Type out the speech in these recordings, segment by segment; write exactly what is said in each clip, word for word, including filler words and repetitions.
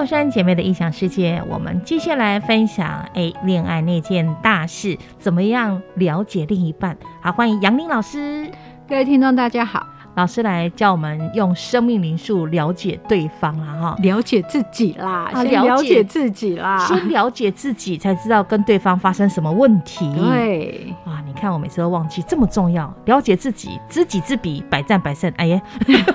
秀山姐妹的异想世界，我们接下来分享哎，恋爱那件大事，怎么样了解另一半？好，欢迎杨玲老师。 各位听众大家好， 老师来教我们用生命灵数了解对方啦，哈， 了解自己啦， 啊、 先了解自己啦， 先了解自己，才知道跟对方发生什么问题。 对， 哇，你看我每次都忘记这么重要，了解自己，知己知彼，百战百胜。哎呀，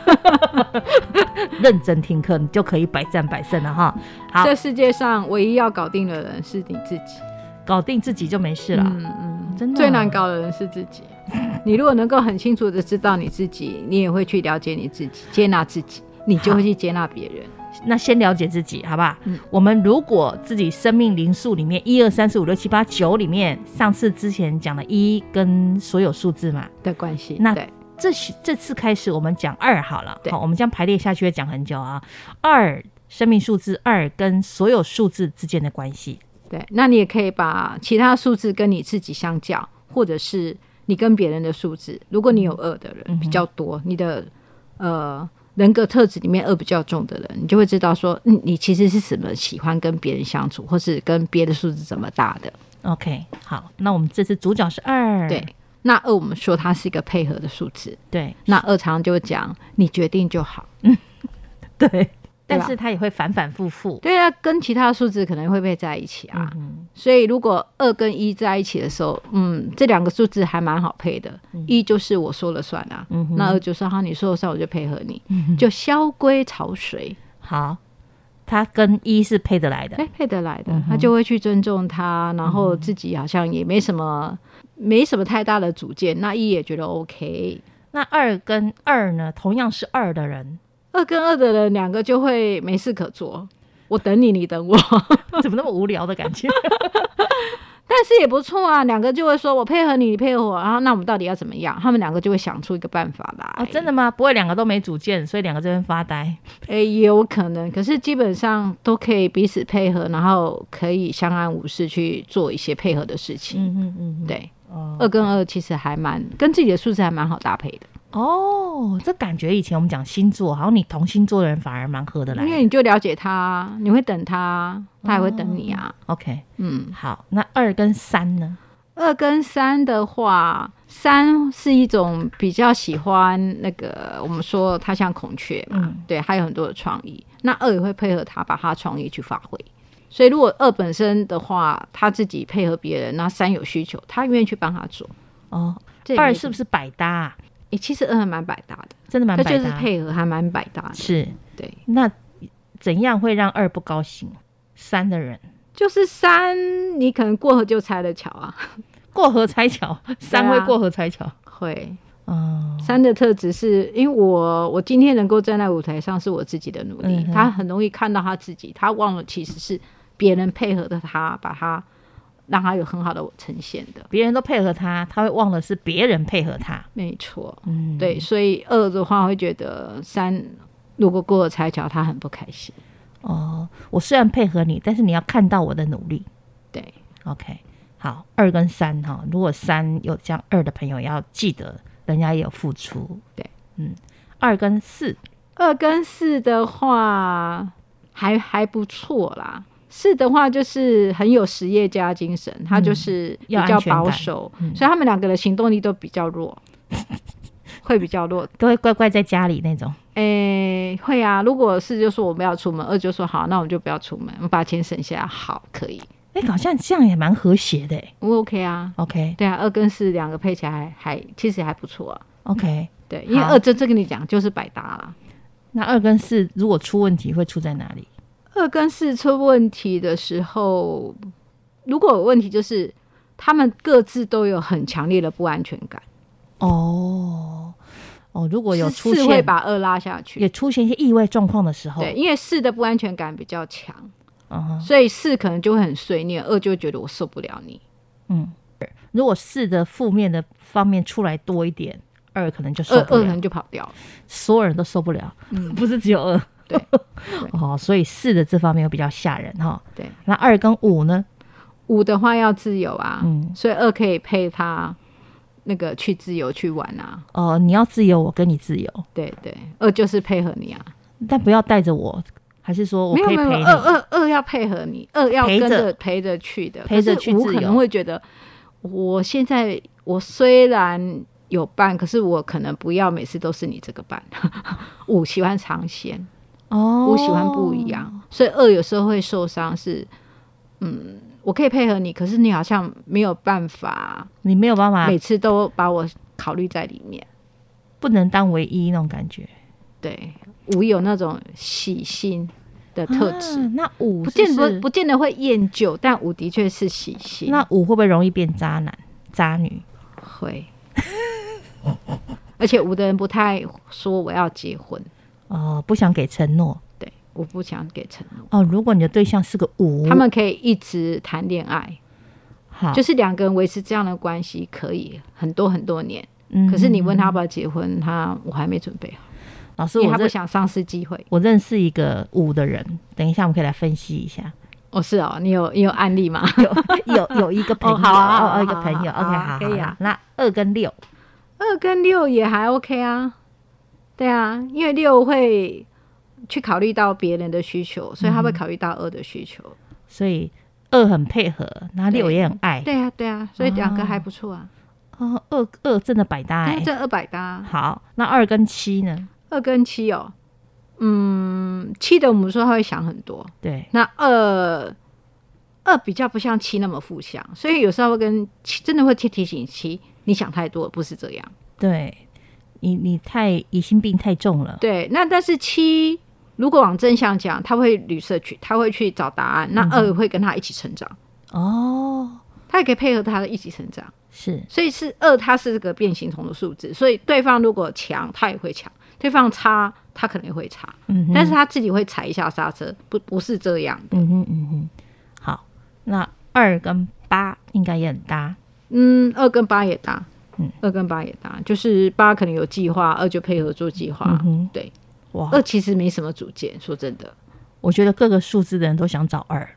认真听课，你就可以百战百胜了哈。好， 这世界上唯一要搞定的人是你自己， 搞定自己就没事了。 嗯嗯， 真的、啊， 最难搞的人是自己。你如果能够很清楚的知道你自己，你也会去了解你自己，接纳自己，你就会去接纳别人。 那先了解自己好不好、嗯、我们如果自己生命灵数里面一二三四五六七八九里面，上次之前讲的一跟所有数字嘛的关系， 那这这次开始我们讲二好了。好，我们这样排列下去会讲很久啊。二，生命数字二跟所有数字之间的关系。 对，那你也可以把其他数字跟你自己相较，或者是你跟别人的数字，如果你有二的人比较多，嗯、你的呃人格特质里面二比较重的人，你就会知道说，嗯，你其实是怎么喜欢跟别人相处，或是跟别的数字怎么搭的。 OK， 好，那我们这次主角是二， 对，那二我们说它是一个配合的数字， 对， 那二常常就会讲你决定就好， 嗯，对。但是它也会反反复复， 对啊，跟其他的数字可能会配在一起啊、嗯。所以如果二跟一在一起的时候，嗯，这两个数字还蛮好配的。嗯、一就是我说了算啊，嗯、那二就说好，你说了算，我就配合你，嗯、就萧规曹随。 好，它跟一是配得来的， 对，配得来的，他、嗯、就会去尊重他，然后自己好像也没什么、嗯、没什么太大的主见，那一也觉得 OK。 那二跟二呢，同样是二的人。 二跟二的人两个就会没事可做，我等你，你等我， 怎么那么无聊的感觉？ 但是也不错啊，两个就会说我配合你，你配合我，然后那我们到底要怎么样？他们两个就会想出一个办法来。 哦，真的吗？不会两个都没主见，所以两个这边发呆？ 欸，也有可能，可是基本上都可以彼此配合，然后可以相安无事去做一些配合的事情。嗯嗯嗯，对，哦，二跟二其实还蛮跟自己的数字还蛮好搭配的。 哦，这感觉以前我们讲星座，好像你同星座的人反而蛮合得来的， 因为你就了解他，你会等他，他也会等你啊。 哦、OK， 嗯，好，那二跟三呢？ 二跟三的话，三是一种比较喜欢那个，我们说他像孔雀嘛，嗯、对，他有很多的创意。那二也会配合他，把他创意去发挥。所以如果二本身的话，他自己配合别人，那三有需求，他愿意去帮他做。 哦，二是不是百搭啊？ 欸、其实二还蛮百搭的， 真的蛮百搭， 就是配合还蛮百搭的。 是， 对。 那怎样会让二不高兴？三的人就是三，你可能过河就拆了桥啊， 过河拆桥，三会过河拆桥，啊、 会。哦，三的特质是因为我我今天能够站在舞台上是我自己的努力，嗯、他很容易看到他自己，他忘了其实是别人配合的他，把他。让他有很好的呈现的， 别人都配合他，他会忘了是别人配合他。 没错，嗯，对，所以二的话会觉得三如果过了拆桥，他很不开心。 哦，我虽然配合你，但是你要看到我的努力。 对 ，OK， 好，二跟三哈，如果三有这样二的朋友，要记得人家也有付出。 对， 嗯，二跟四， 二跟四的话还还不错啦。四的话就是很有实业家精神，他就是比较保守，嗯、所以他们两个的行动力都比较弱，会比较弱， 都会乖乖在家里那种。 诶、欸，会啊。如果四就说我们要出门，二就说好，那我们就不要出门，我们把钱省下来，好，可以。 哎、欸，好像这样也蛮和谐的哎。 我 OK 啊 ，OK， 对啊，二跟四两个配起来还还其实还不错啊。 OK， 对，因为二真正跟你讲就是百搭啦。 那二跟四如果出问题会出在哪里？ 二跟四出问题的时候，如果有问题，就是他们各自都有很强烈的不安全感。 哦哦，如果有出现， 四会把二拉下去， 也出现一些意外状况的时候， 对，因为四的不安全感比较强，嗯，所以四可能就会很碎念，二就会觉得我受不了你。嗯， 如果四的负面的方面出来多一点，二可能就受不了， 二可能就跑掉了， 所有人都受不了，嗯，不是只有二。 对哦，所以四的这方面会比较吓人哈。 对， 那二跟五呢？ 五的话要自由啊，嗯，所以二可以配他那个去自由去玩啊。 哦、呃，你要自由，我跟你自由。 对对，二就是配合你啊， 但不要带着我还是说我可以陪你？ 没有没有，二二二要配合你，二要跟着陪着去的， 陪着去自由。 可是五可能会觉得，我现在我虽然有伴，可是我可能不要每次都是你这个伴。五喜欢尝鲜，哦，五喜欢不一样，所以二有时候会受伤是，嗯，我可以配合你，可是你好像没有办法， 你没有办法每次都把我考虑在里面， 不能当唯一那种感觉。 对，五有那种喜心的特质，啊、 那五不见不不见得会厌旧，但五的确是喜心。 那五会不会容易变渣男、渣女？ 会，而且五的人不太说我要结婚哦，不想给承诺。 对，我不想给承诺。 哦，如果你的对象是个五， 他们可以一直谈恋爱， 好， 就是两个人维持这样的关系可以很多很多年。嗯，可是你问他要不要结婚，他我还没准备好。 老师， 因为他不想丧失机会。 我认识一个五的人，等一下我们可以来分析一下。 哦，是哦，你有你有案例吗？ 有有有一个朋友， 哦、好啊， 哦，一个朋友 ，OK， 好，好， 可以啊。 那二跟六， 二跟六也还 OK 啊，对啊，因为六会去考虑到别人的需求，所以他会考虑到二的需求， 嗯、所以二很配合，那六也很爱， 对啊，对啊，所以两个还不错啊。 哦，二二真的百搭哎、欸， 这二百搭。 好，那二跟七呢？ 二跟七哦，嗯，七的我们说他会想很多， 对， 那二二比较不像七那么负向，所以有时候会跟七真的会提醒七，你想太多，不是这样。 对，你你太疑心病太重了。 对，那但是七如果往正向讲，他会旅社去，他会去找答案，那二会跟他一起成长。哦，他也可以配合他一起成长。 是， 所以是二，它是个变形虫的数字，所以对方如果强，他也会强；对方差，他可能也会差。嗯，但是他自己会踩一下刹车，不不是这样的。 嗯哼嗯哼，好，那二跟八应该也很搭。 嗯，二跟八也搭。嗯，二跟八也搭，就是八可能有计划，二就配合做计划。嗯哼，对，哇，二其实没什么主见，说真的。 我觉得各个数字的人都想找二。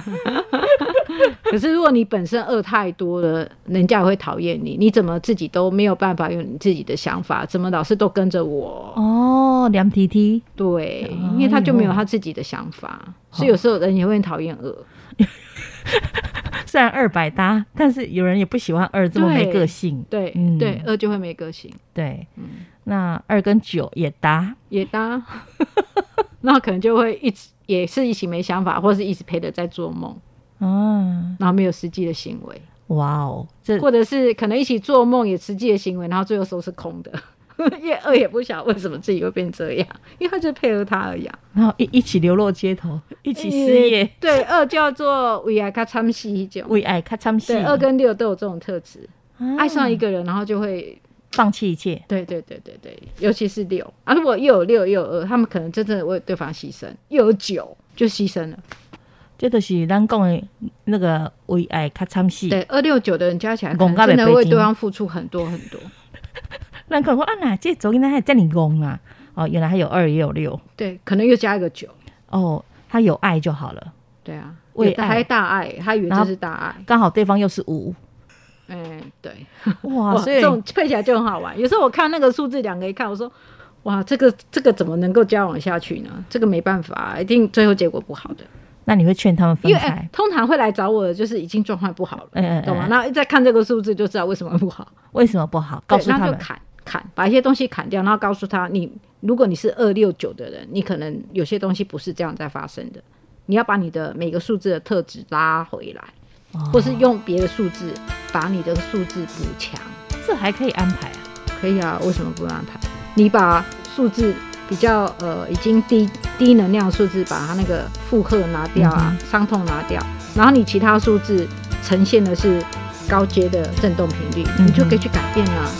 可是如果你本身二太多了，人家也会讨厌你。你怎么自己都没有办法有你自己的想法？怎么老是都跟着我？ 哦，凉踢踢。 对，因为他就没有他自己的想法，哎、所以有时候人也会很讨厌二。 虽然二百搭，但是有人也不喜欢二这么没个性。 对、嗯、对，二就会没个性。对， 嗯、那二跟九也搭， 也搭，那可能就会一直也是一起没想法，或是一直陪着在做梦。嗯，然后没有实际的行为。哇哦，这或者是可能一起做梦也实际的行为，然后最后都是空的。因为二也不晓得为什么自己会变这样，因为他就配合他而已、啊。 然后一一起流落街头，一起失业。 对，二叫做为爱较惨死一种， 为爱较惨死。 对，二跟六都有这种特质、啊，爱上一个人，然后就会放弃一切。 对对对对对，尤其是六啊，如果又有六又有二，他们可能真正为对方牺牲，又有九就牺牲了。 这就是咱讲的那个为爱较惨死。 对，二六九的人加起来，可能真的为对方付出很多很多。 人可能说啊，哪这昨天他还这么公啊？哦，原来还有二也有六。 对，可能又加一个九。 哦，他有爱就好了。 对啊，为爱还大爱，他以为这是大爱， 刚好对方又是五。 嗯，对。 哇，所以这种配起来就很好玩。有时候我看那个数字，两个一看，我说哇，这个这个怎么能够交往下去呢？这个没办法，一定最后结果不好的。 那你会劝他们分开？ 因为、欸、通常会来找我的就是已经状况不好了，欸、懂吗？那、欸、再看这个数字就知道为什么不好。 为什么不好？告诉他们。 那就砍砍，把一些东西砍掉，然后告诉他，你如果你是二六九的人，你可能有些东西不是这样在发生的。你要把你的每个数字的特质拉回来，哦、或是用别的数字把你的数字补强。 这还可以安排啊？ 可以啊，为什么不安排？你把数字比较呃已经低低能量的数字，把它那个负荷拿掉啊，嗯、伤痛拿掉，然后你其他数字呈现的是高阶的振动频率，嗯、你就可以去改变啦。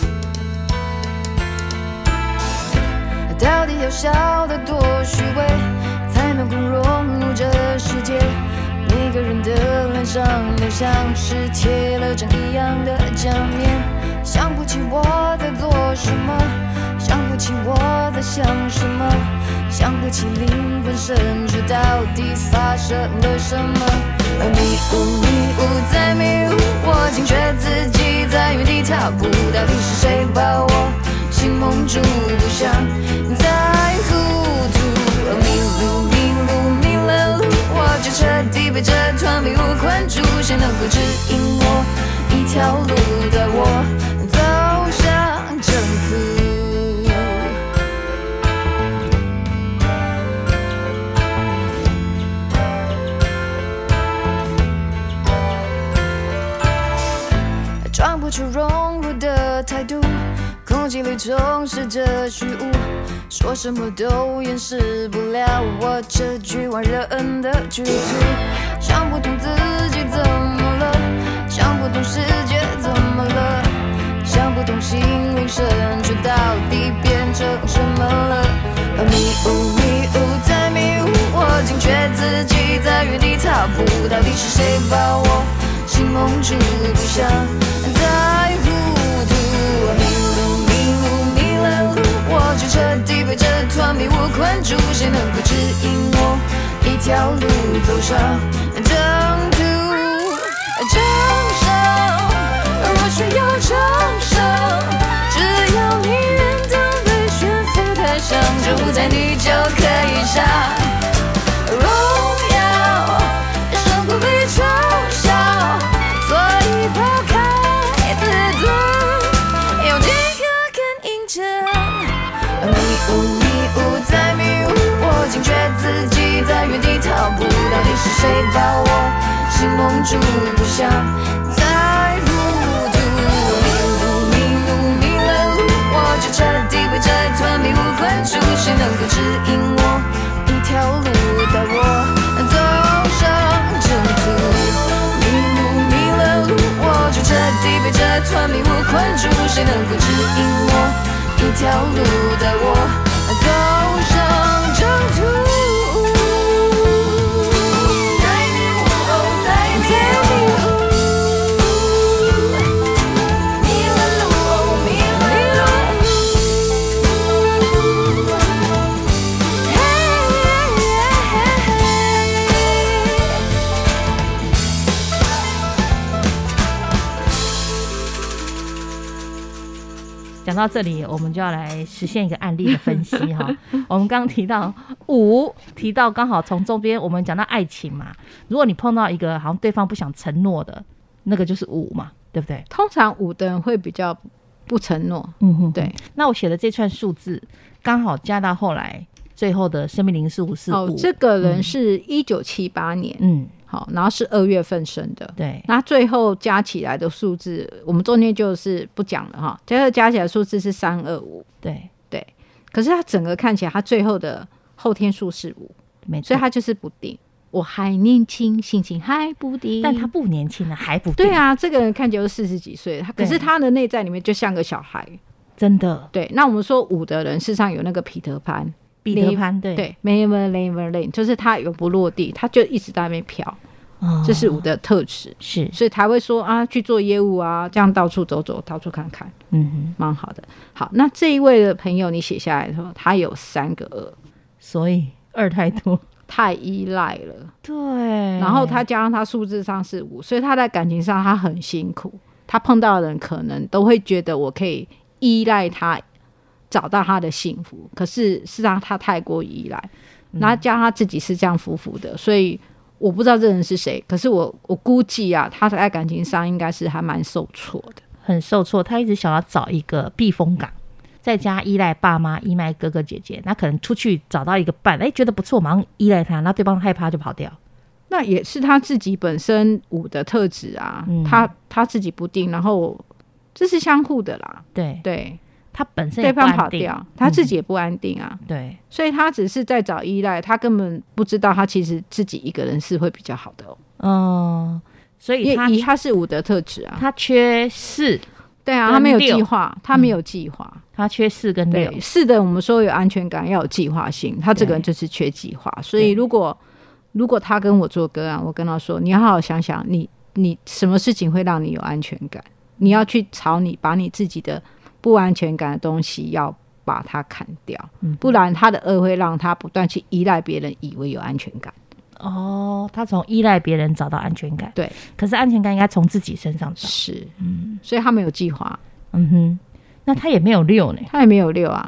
到底要笑得多虚伪，才能够融入这世界？每个人的脸上都像是贴了张一样的假面，想不起我在做什么，想不起我在想什么，想不起灵魂深处到底发生了什么。迷雾迷雾在迷雾，我惊觉自己在原地踏步，到底是谁把我心蒙住，不想再糊涂。迷路迷路困住，谁能够指引我一条路带我走向征途？装不出融入的态度，空气里充斥着虚无，说什么都掩饰不了我这局外人的局促。想不通自己怎么了，想不通世界怎么了，想不通心灵深处到底变成什么了。迷雾迷雾在迷雾，我惊觉自己在原地踏步，到底是谁把我心蒙住，不想再糊涂。迷路迷路迷了路，我就彻底被这团迷雾困住，谁能够指引我一条路走上征途？掌声，我需要掌声，只要你愿当被悬浮台上，就在你就可以上荣耀，胜过被嘲笑，所以抛开自尊，有几个更硬撑。迷雾迷雾在迷雾，我惊觉自己在原地踏步，到底是谁把我心蒙住，不想再糊涂。迷路迷路迷了路，我就彻底被这团迷雾困住，谁能够指引我一条路带我走上征途？迷路迷了路，我就彻底被这团迷雾困住，谁能够指引我一条路带我走上征途？ 讲到这里，我们就要来实现一个案例的分析哈。我们刚刚提到五，提到刚好从中间我们讲到爱情嘛。如果你碰到一个好像对方不想承诺的，那个就是五嘛，对不对？ 通常五的人会比较不承诺， 嗯哼， 对。 那我写的这串数字刚好加到后来，最后的生命灵数是五。 哦，这个人是一九七八年，嗯。好，然后是二月份生的， 对， 那最后加起来的数字，我们中间就是不讲了哈。最后加起来的数字是三二五， 对对。可是他整个看起来，他最后的后天数是五， 没错， 所以他就是不定。我还年轻，心情还不定， 但他不年轻了，还不定。 对啊，这个人看起来就四十几岁，他可是他的内在里面就像个小孩， 真的。 对，那我们说五的人，事实上有那个彼得潘。 彼得潘对对 ，never never land， 就是他永不落地，他就一直在那边飘，哦，这是五的特质， 是， 所以才会说啊，去做业务啊，这样到处走走，到处看看，嗯哼，蛮好的。好，那这一位的朋友，你写下来的时候，他有三个二， 所以二太多， 太依赖了， 对。 然后他加上他数字上是五，所以他在感情上他很辛苦，他碰到的人可能都会觉得我可以依赖他。找到他的幸福，可是事实上他太过依赖，然后加上他自己是这样浮浮的，所以我不知道这人是谁，可是我我估计啊，他在感情上应该是还蛮受挫的， 很受挫。他一直想要找一个避风港，在家依赖爸妈，依赖哥哥姐姐，那可能出去找到一个伴，哎，觉得不错，马上依赖他，那对方害怕就跑掉。 那也是他自己本身五的特质啊，嗯、他他自己不定，然后这是相互的啦， 对对。 他本身也不安定， 对方跑掉，他自己也不安定啊、嗯。 对， 所以他只是在找依赖，他根本不知道他其实自己一个人是会比较好的哦。 嗯，所以他以他是五的特质啊， 他缺四， 对啊，他没有计划，他没有计划、嗯， 他缺四跟六。 四的我们说有安全感，要有计划性，他这个人就是缺计划。所以如果如果他跟我做个案，我跟他说，你要好好想想你，你你什么事情会让你有安全感？你要去朝你把你自己的不安全感的东西要把它砍掉、嗯、不然他的恶会让他不断去依赖别人，以为有安全感。 哦，他从依赖别人找到安全感， 对， 可是安全感应该从自己身上找， 是，嗯，所以他没有计划， 嗯哼，那他也没有六呢， 他也没有六啊，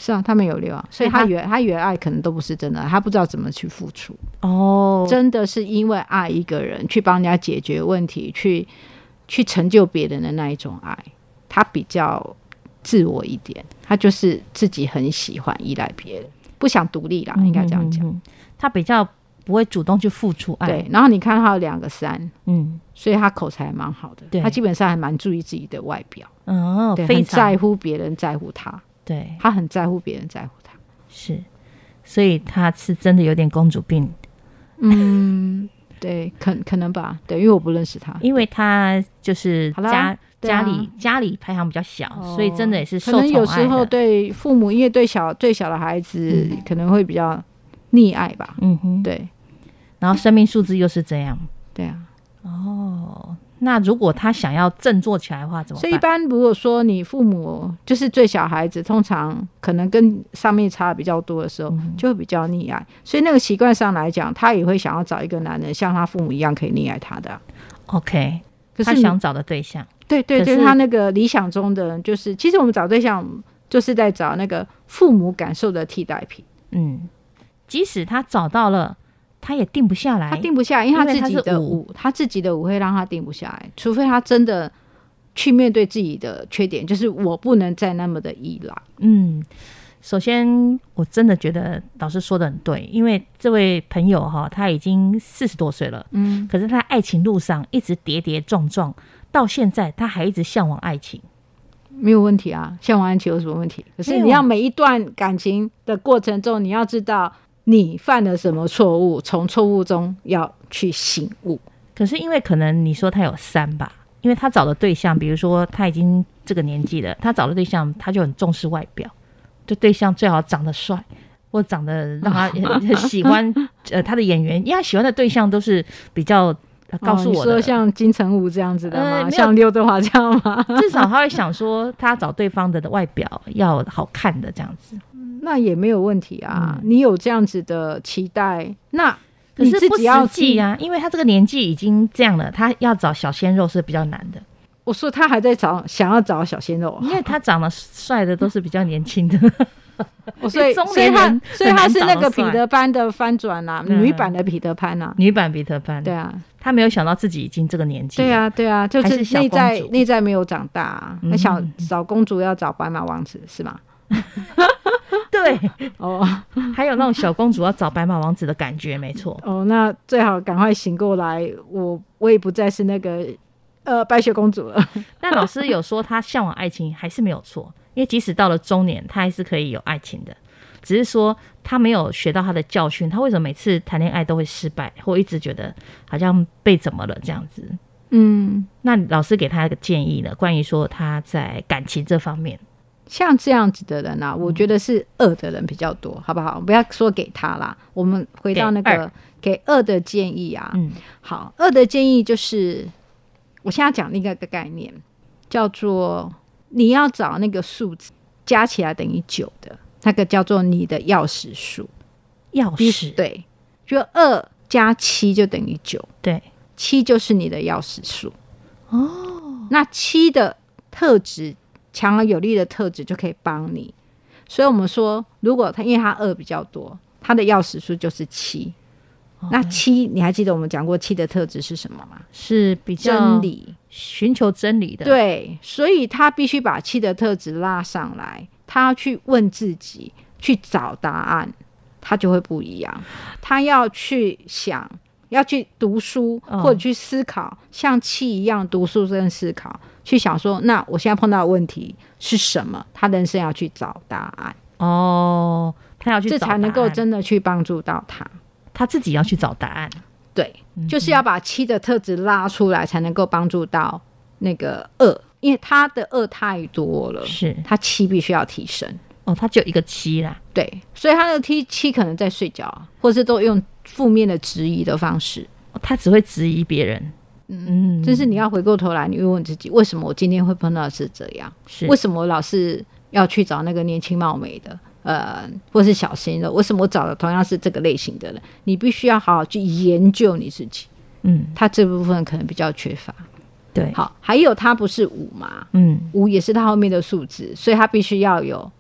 是啊，他没有留啊，所以他以为他以为爱可能都不是真的，他不知道怎么去付出。 哦， 真的是因为爱一个人，去帮人家解决问题，去去成就别人的那一种爱，他比较自我一点，他就是自己很喜欢依赖别人，不想独立啦，应该这样讲、嗯嗯嗯。 他比较不会主动去付出爱。 对，然后你看他有两个三，嗯，所以他口才蛮好的， 对， 他基本上还蛮注意自己的外表， 哦， 对， 非常很在乎别人在乎他， 对， 他很在乎别人在乎他， 是，所以他是真的有点公主病。 嗯，对，可可能吧，对，因为我不认识他， 因为他就是家、啊、家里家里排行比较小、哦，所以真的也是受宠爱的。 可能有时候对父母，因为对小最小的孩子、嗯、可能会比较溺爱吧，嗯哼，对。 然后生命数字又是这样， 对啊， 哦，那如果他想要振作起来的话，怎么办？ 所以一般如果说你父母就是最小孩子，通常可能跟上面差的比较多的时候，嗯、就会比较溺爱，所以那个习惯上来讲，他也会想要找一个男人像他父母一样可以溺爱他的、啊。 OK， 可是他想找的对象， 对对，就是他那个理想中的人，就是其实我们找对象就是在找那个父母感受的替代品。嗯， 即使他找到了。他也定不下来， 他定不下来，因为他自己的五，他自己的五会让他定不下来，除非他真的去面对自己的缺点，就是我不能再那么的依赖。 嗯，首先我真的觉得老师说的很对，因为这位朋友哈，他已经四十多岁了，嗯，可是他爱情路上一直跌跌撞撞，到现在他还一直向往爱情， 没有问题啊，向往爱情有什么问题？可是你要每一段感情的过程中，你要知道。你犯了什么错误？从错误中要去醒悟。 可是因为可能你说他有三吧，因为他找的对象，比如说他已经这个年纪了，他找的对象他就很重视外表，就对象最好长得帅，或长得让他很喜欢呃他的演员，因为他喜欢的对象都是比较。告诉我的、 哦、你说像金城武这样子的吗？呃、像刘德华这样吗？ 至少他会想说，他找对方的外表要好看的这样子， 那也没有问题啊。嗯、你有这样子的期待，那你自己要可是不实际啊，因为他这个年纪已经这样了，他要找小鲜肉是比较难的。 我说他还在找，想要找小鲜肉， 因为他长得帅的都是比较年轻的。 哦、所以所以他所以他是那个彼得潘的翻转啊、嗯，女版的彼得潘啊， 女版彼得潘。 对啊， 他没有想到自己已经这个年纪了。 对啊对啊，就是内在内在没有长大、啊，他、嗯、想找公主要找白马王子是吗？ 对哦，还有那种小公主要找白马王子的感觉，没错。 哦，那最好赶快醒过来，我我也不再是那个呃白雪公主了。 但老师有说他向往爱情还是没有错。因为即使到了中年，他还是可以有爱情的，只是说他没有学到他的教训。他为什么每次谈恋爱都会失败，或一直觉得好像被怎么了这样子？嗯，那老师给他一个建议呢，关于说他在感情这方面， 像这样子的人啊，我觉得是恶的人比较多，好不好？不要说给他啦，我们回到那个给恶的建议啊。嗯，好，恶的建议就是我现在讲另一个概念，叫做。你要找那个数字加起来等于九的，那个叫做你的钥匙数。 钥匙对，就二加七就等于九， 对， 七就是你的钥匙数。哦，那七的特质，强而有力的特质就可以帮你。所以我们说，如果他因为他二比较多，他的钥匙数就是七。那七，你还记得我们讲过七的特质是什么吗？ 是比较真理， 寻求真理的。 对，所以他必须把七的特质拉上来，他要去问自己，去找答案，他就会不一样。他要去想，要去读书，或者去思考，哦、像七一样读书跟思考，去想说，那我现在碰到的问题是什么？他人生要去找答案。 哦，他要去找答案， 这才能够真的去帮助到他。 他自己要去找答案， 对，嗯、就是要把七的特质拉出来，才能够帮助到那个二，因为他的二太多了， 是他七必须要提升。 哦，他就一个七啦， 对，所以他的七七可能在睡觉，或是都用负面的质疑的方式， 哦、他只会质疑别人。 嗯，但是你要回过头来，你会问自己，为什么我今天会碰到的是这样？是为什么我老是要去找那个年轻貌美的？呃，或是小鲜肉，为什么我找的同样是这个类型的人？你必须要好好去研究你自己。嗯，他这部分可能比较缺乏。 对， 好，还有他不是五嘛？嗯，五也是他后面的数字，所以他必须要有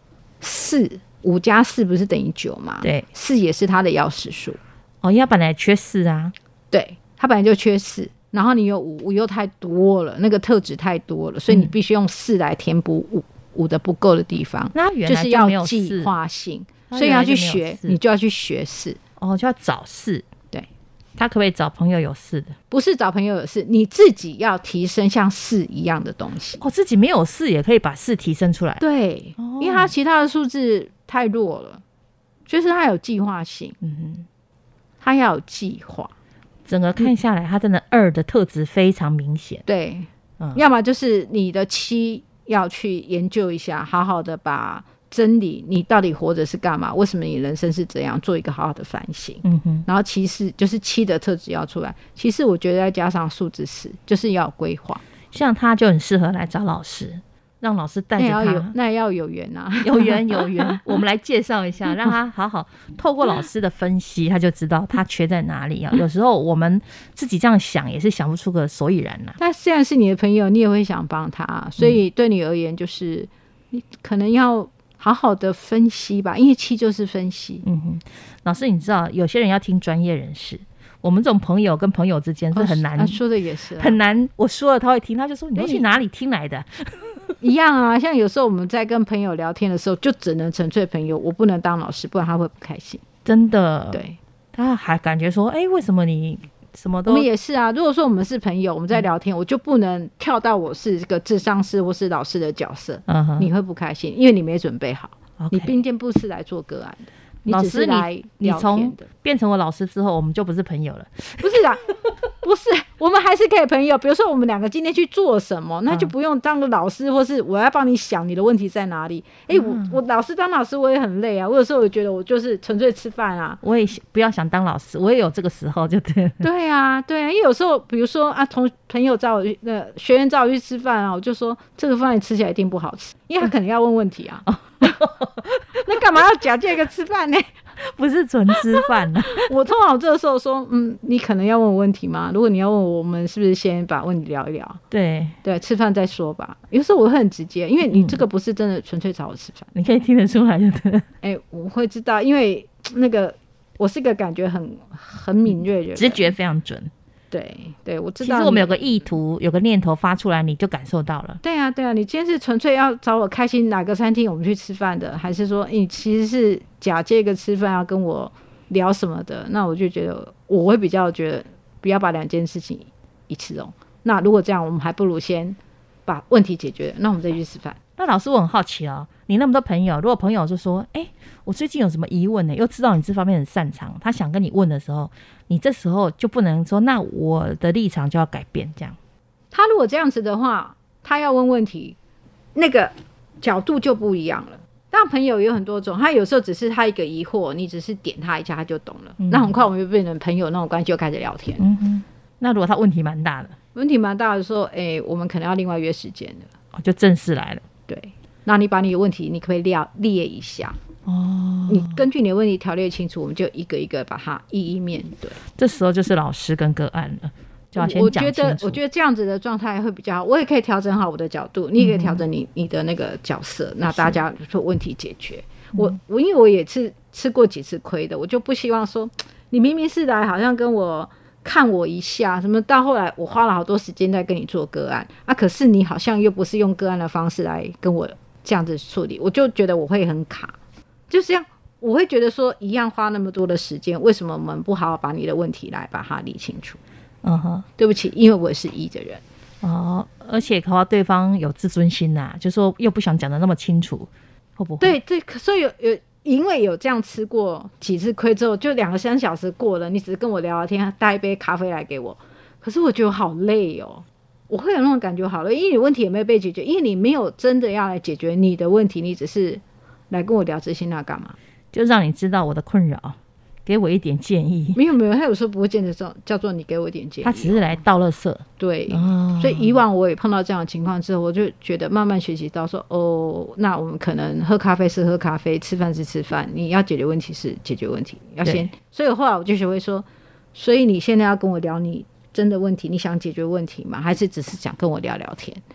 四五加四不是等于九吗？ 对， 四也是它的钥匙数。 哦，因为它本来缺四啊。 对，它本来就缺四，然后你有五，五又太多了，那个特质太多了，所以你必须用四来填补五五的不够的地方。 那原来就是就没有要计四划性，所以要去学，你就要去学四。 哦，就要找四。 对， 他可不可以找朋友有四的？ 不是找朋友有四，你自己要提升像四一样的东西。 哦，自己没有四也可以把四提升出来。 对，哦、因为它其他的数字太弱了，就是它有计划性。嗯哼，它要有计划。 整个看下来，它真的二的特质非常明显。 对， 嗯， 要么就是你的七要去研究一下，好好的把真理，你到底活着是干嘛？为什么你人生是这样？做一个好好的反省。嗯哼，然后其次就是七的特质要出来，其次我觉得再加上数字四，就是要有规划。 像他就很适合来找老师，让老师带着他。 那也要有缘啊， 有缘有缘。我们来介绍一下，让他好好透过老师的分析，他就知道他缺在哪里啊。有时候我们自己这样想也是想不出个所以然啊。 但虽然是你的朋友，你也会想帮他，所以对你而言，就是你可能要好好的分析吧，因为七就是分析。 嗯哼，老师，你知道有些人要听专业人士。我们这种朋友跟朋友之间是很难、 哦啊、说的也是、啊、 很难。我说了他会听，他就说你都去哪里听来的？ 一样啊，像有时候我们在跟朋友聊天的时候，就只能纯粹朋友，我不能当老师，不然他会不开心。 真的， 对， 他还感觉说，哎、欸，为什么你什么都？ 我们也是啊。如果说我们是朋友，我们在聊天，嗯、我就不能跳到我是这个智商师或是老师的角色，嗯、你会不开心，因为你没准备好， okay. 你并肩不是来做个案的。 老师，你你从变成我老师之后，我们就不是朋友了。 不是啊，不是，我们还是可以朋友。比如说，我们两个今天去做什么，那就不用当个老师，或是我要帮你想你的问题在哪里。哎、欸，我我老师当老师我也很累啊。我有时候我觉得我就是纯粹吃饭啊。 我也不要想当老师，我也有这个时候就对了。 对啊，对啊，因为有时候比如说啊，同朋友找我去，呃，学员找我去吃饭啊，我就说这个饭你吃起来一定不好吃，因为他肯定要问问题啊。那干嘛要假借个吃饭呢？ 不是纯吃饭呢、啊。 我通常这个时候说，嗯，你可能要问我问题吗？如果你要问我，我们是不是先把问题聊一聊？ 对对，吃饭再说吧。有时候我会很直接，因为你这个不是真的纯粹找我吃饭、 嗯，你可以听得出来就对了。 哎、欸，我会知道，因为那个我是个感觉很很敏锐的人， 直觉非常准。 对对，我知道。 其实我们有个意图，有个念头发出来，你就感受到了。 对啊，对啊，你今天是纯粹要找我开心哪个餐厅我们去吃饭的，还是说你其实是假借一个吃饭要跟我聊什么的？那我就觉得我会比较觉得不要把两件事情一起弄。那如果这样，我们还不如先把问题解决，那我们再去吃饭。 那老师，我很好奇哦，你那么多朋友，如果朋友就说，哎、欸，我最近有什么疑问呢？又知道你这方面很擅长，他想跟你问的时候，你这时候就不能说，那我的立场就要改变，这样。 他如果这样子的话，他要问问题，那个角度就不一样了。当朋友有很多种，他有时候只是他一个疑惑，你只是点他一下，他就懂了。嗯、那很快我们就变成朋友那种关系，就开始聊天。 嗯哼。那如果他问题蛮大的， 问题蛮大的时候，哎、欸，我们可能要另外约时间了。 哦，就正式来了。 对，那你把你的问题，你可不可以列列一下？哦，你根据你的问题条列清楚，我们就一个一个把它一一面对。 这时候就是老师跟个案了，就要先讲清楚。 我觉得，我觉得这样子的状态会比较好。我也可以调整好我的角度，你也可以调整你、嗯、你的那个角色，那大家说问题解决。我我因为我也是吃过几次亏的，我就不希望说你明明是来好像跟我看我一下，什么到后来我花了好多时间在跟你做个案啊，可是你好像又不是用个案的方式来跟我这样子处理，我就觉得我会很卡。就是这样，我会觉得说一样花那么多的时间，为什么我们不好好把你的问题来把它理清楚？嗯哼，对不起，因为我是一的人哦，而且恐怕对方有自尊心呐、啊，就说又不想讲得那么清楚，会不会？ 对对，所以有有因为有这样吃过几次亏之后，就两个三小时过了，你只是跟我聊聊天，带一杯咖啡来给我，可是我觉得好累哦。我会有那种感觉好累，因为你问题也没有被解决，因为你没有真的要来解决你的问题，你只是来跟我聊这些那干嘛？ 就让你知道我的困扰，给我一点建议。 没有没有，他有时候不会见得叫做你给我一点建议， 他只是来倒垃圾。 对、哦，所以以往我也碰到这样的情况之后，我就觉得慢慢学习到说，哦，那我们可能喝咖啡是喝咖啡，吃饭是吃饭，你要解决问题是解决问题，要先。所以后来我就学会说，所以你现在要跟我聊你真的问题，你想解决问题吗？还是只是想跟我聊聊天？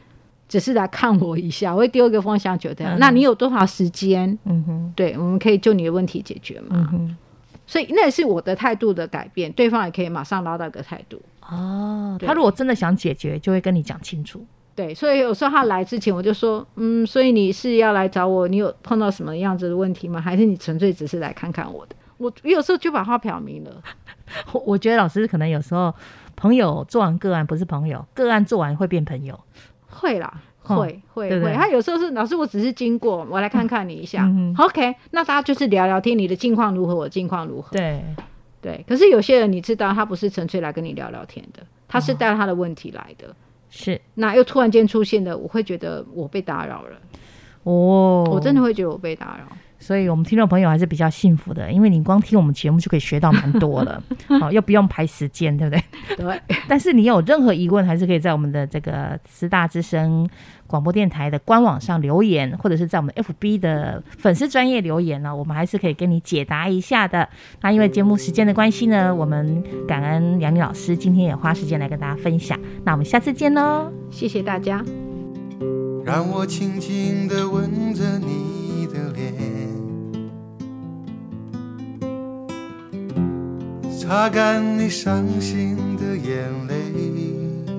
只是来看我一下，我会丢一个风向球的、嗯、那你有多少时间？嗯哼，对，我们可以就你的问题解决嘛。嗯哼，所以那也是我的态度的改变，对方也可以马上拉到一个态度。 哦，他如果真的想解决，就会跟你讲清楚。 对，所以有时候他来之前我就说，嗯，所以你是要来找我，你有碰到什么样子的问题吗？还是你纯粹只是来看看我的？我有时候就把话表明了。 我我觉得老师可能有时候朋友做完个案不是朋友，个案做完会变朋友。 会啦，会、哦、会对对会。他有时候是老师，我只是经过，我来看看你一下。嗯、OK， 那大家就是聊聊天，你的近况如何，我的近况如何。 对对。可是有些人你知道，他不是纯粹来跟你聊聊天的，他是带他的问题来的。哦、 是。 那又突然间出现的，我会觉得我被打扰了。哦。我真的会觉得我被打扰。 所以我们听众朋友还是比较幸福的，因为你光听我们节目就可以学到蛮多了。好，又不用排时间，对不对？ 对。 但是你有任何疑问，还是可以在我们的这个师大之声广播电台的官网上留言，或者是在我们 F B 的粉丝专页留言呢，我们还是可以跟你解答一下的。那因为节目时间的关系呢，我们感恩杨丽老师今天也花时间来跟大家分享。那我们下次见喽， 谢谢大家。 让我轻轻地吻着你的脸，擦干你伤心的眼泪，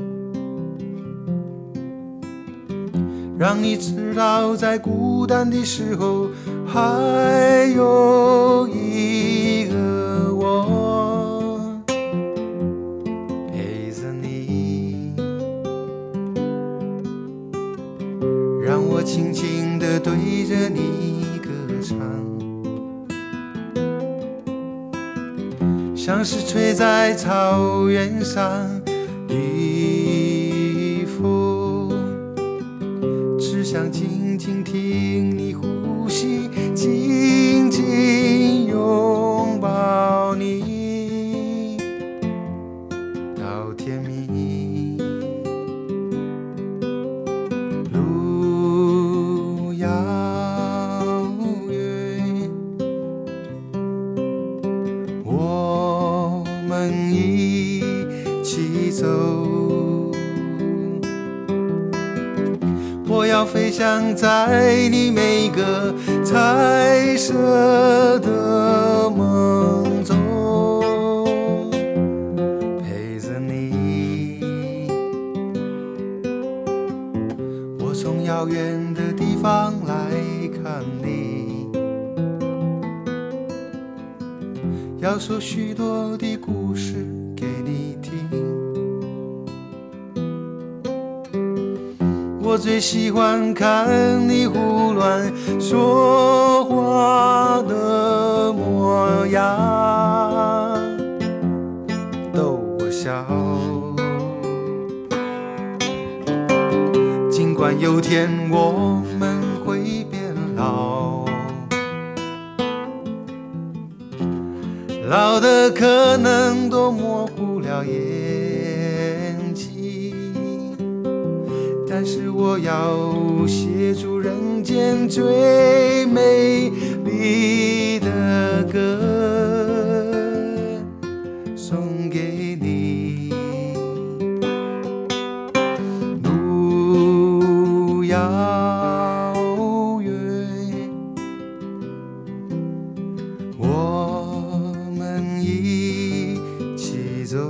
让你知道在孤单的时候还有一个我陪着你，让我轻轻地对着你歌唱，像是吹在草原上的风，只想静静听你呼吸，紧紧拥抱你到天明。路遥远，我们一起走，我要飞翔在你每个彩色的梦中，陪着你。我从遥远的地方来看你，要说许多的故事给你听。我最喜欢看你胡乱说话的模样，逗我笑。尽管有天我们会变老，老的可能都模糊了眼睛，但是我要写出人间最美丽的歌送给你。路遥远，我们一起走，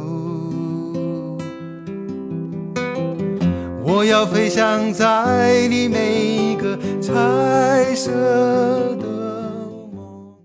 我要飞翔在你每个彩色的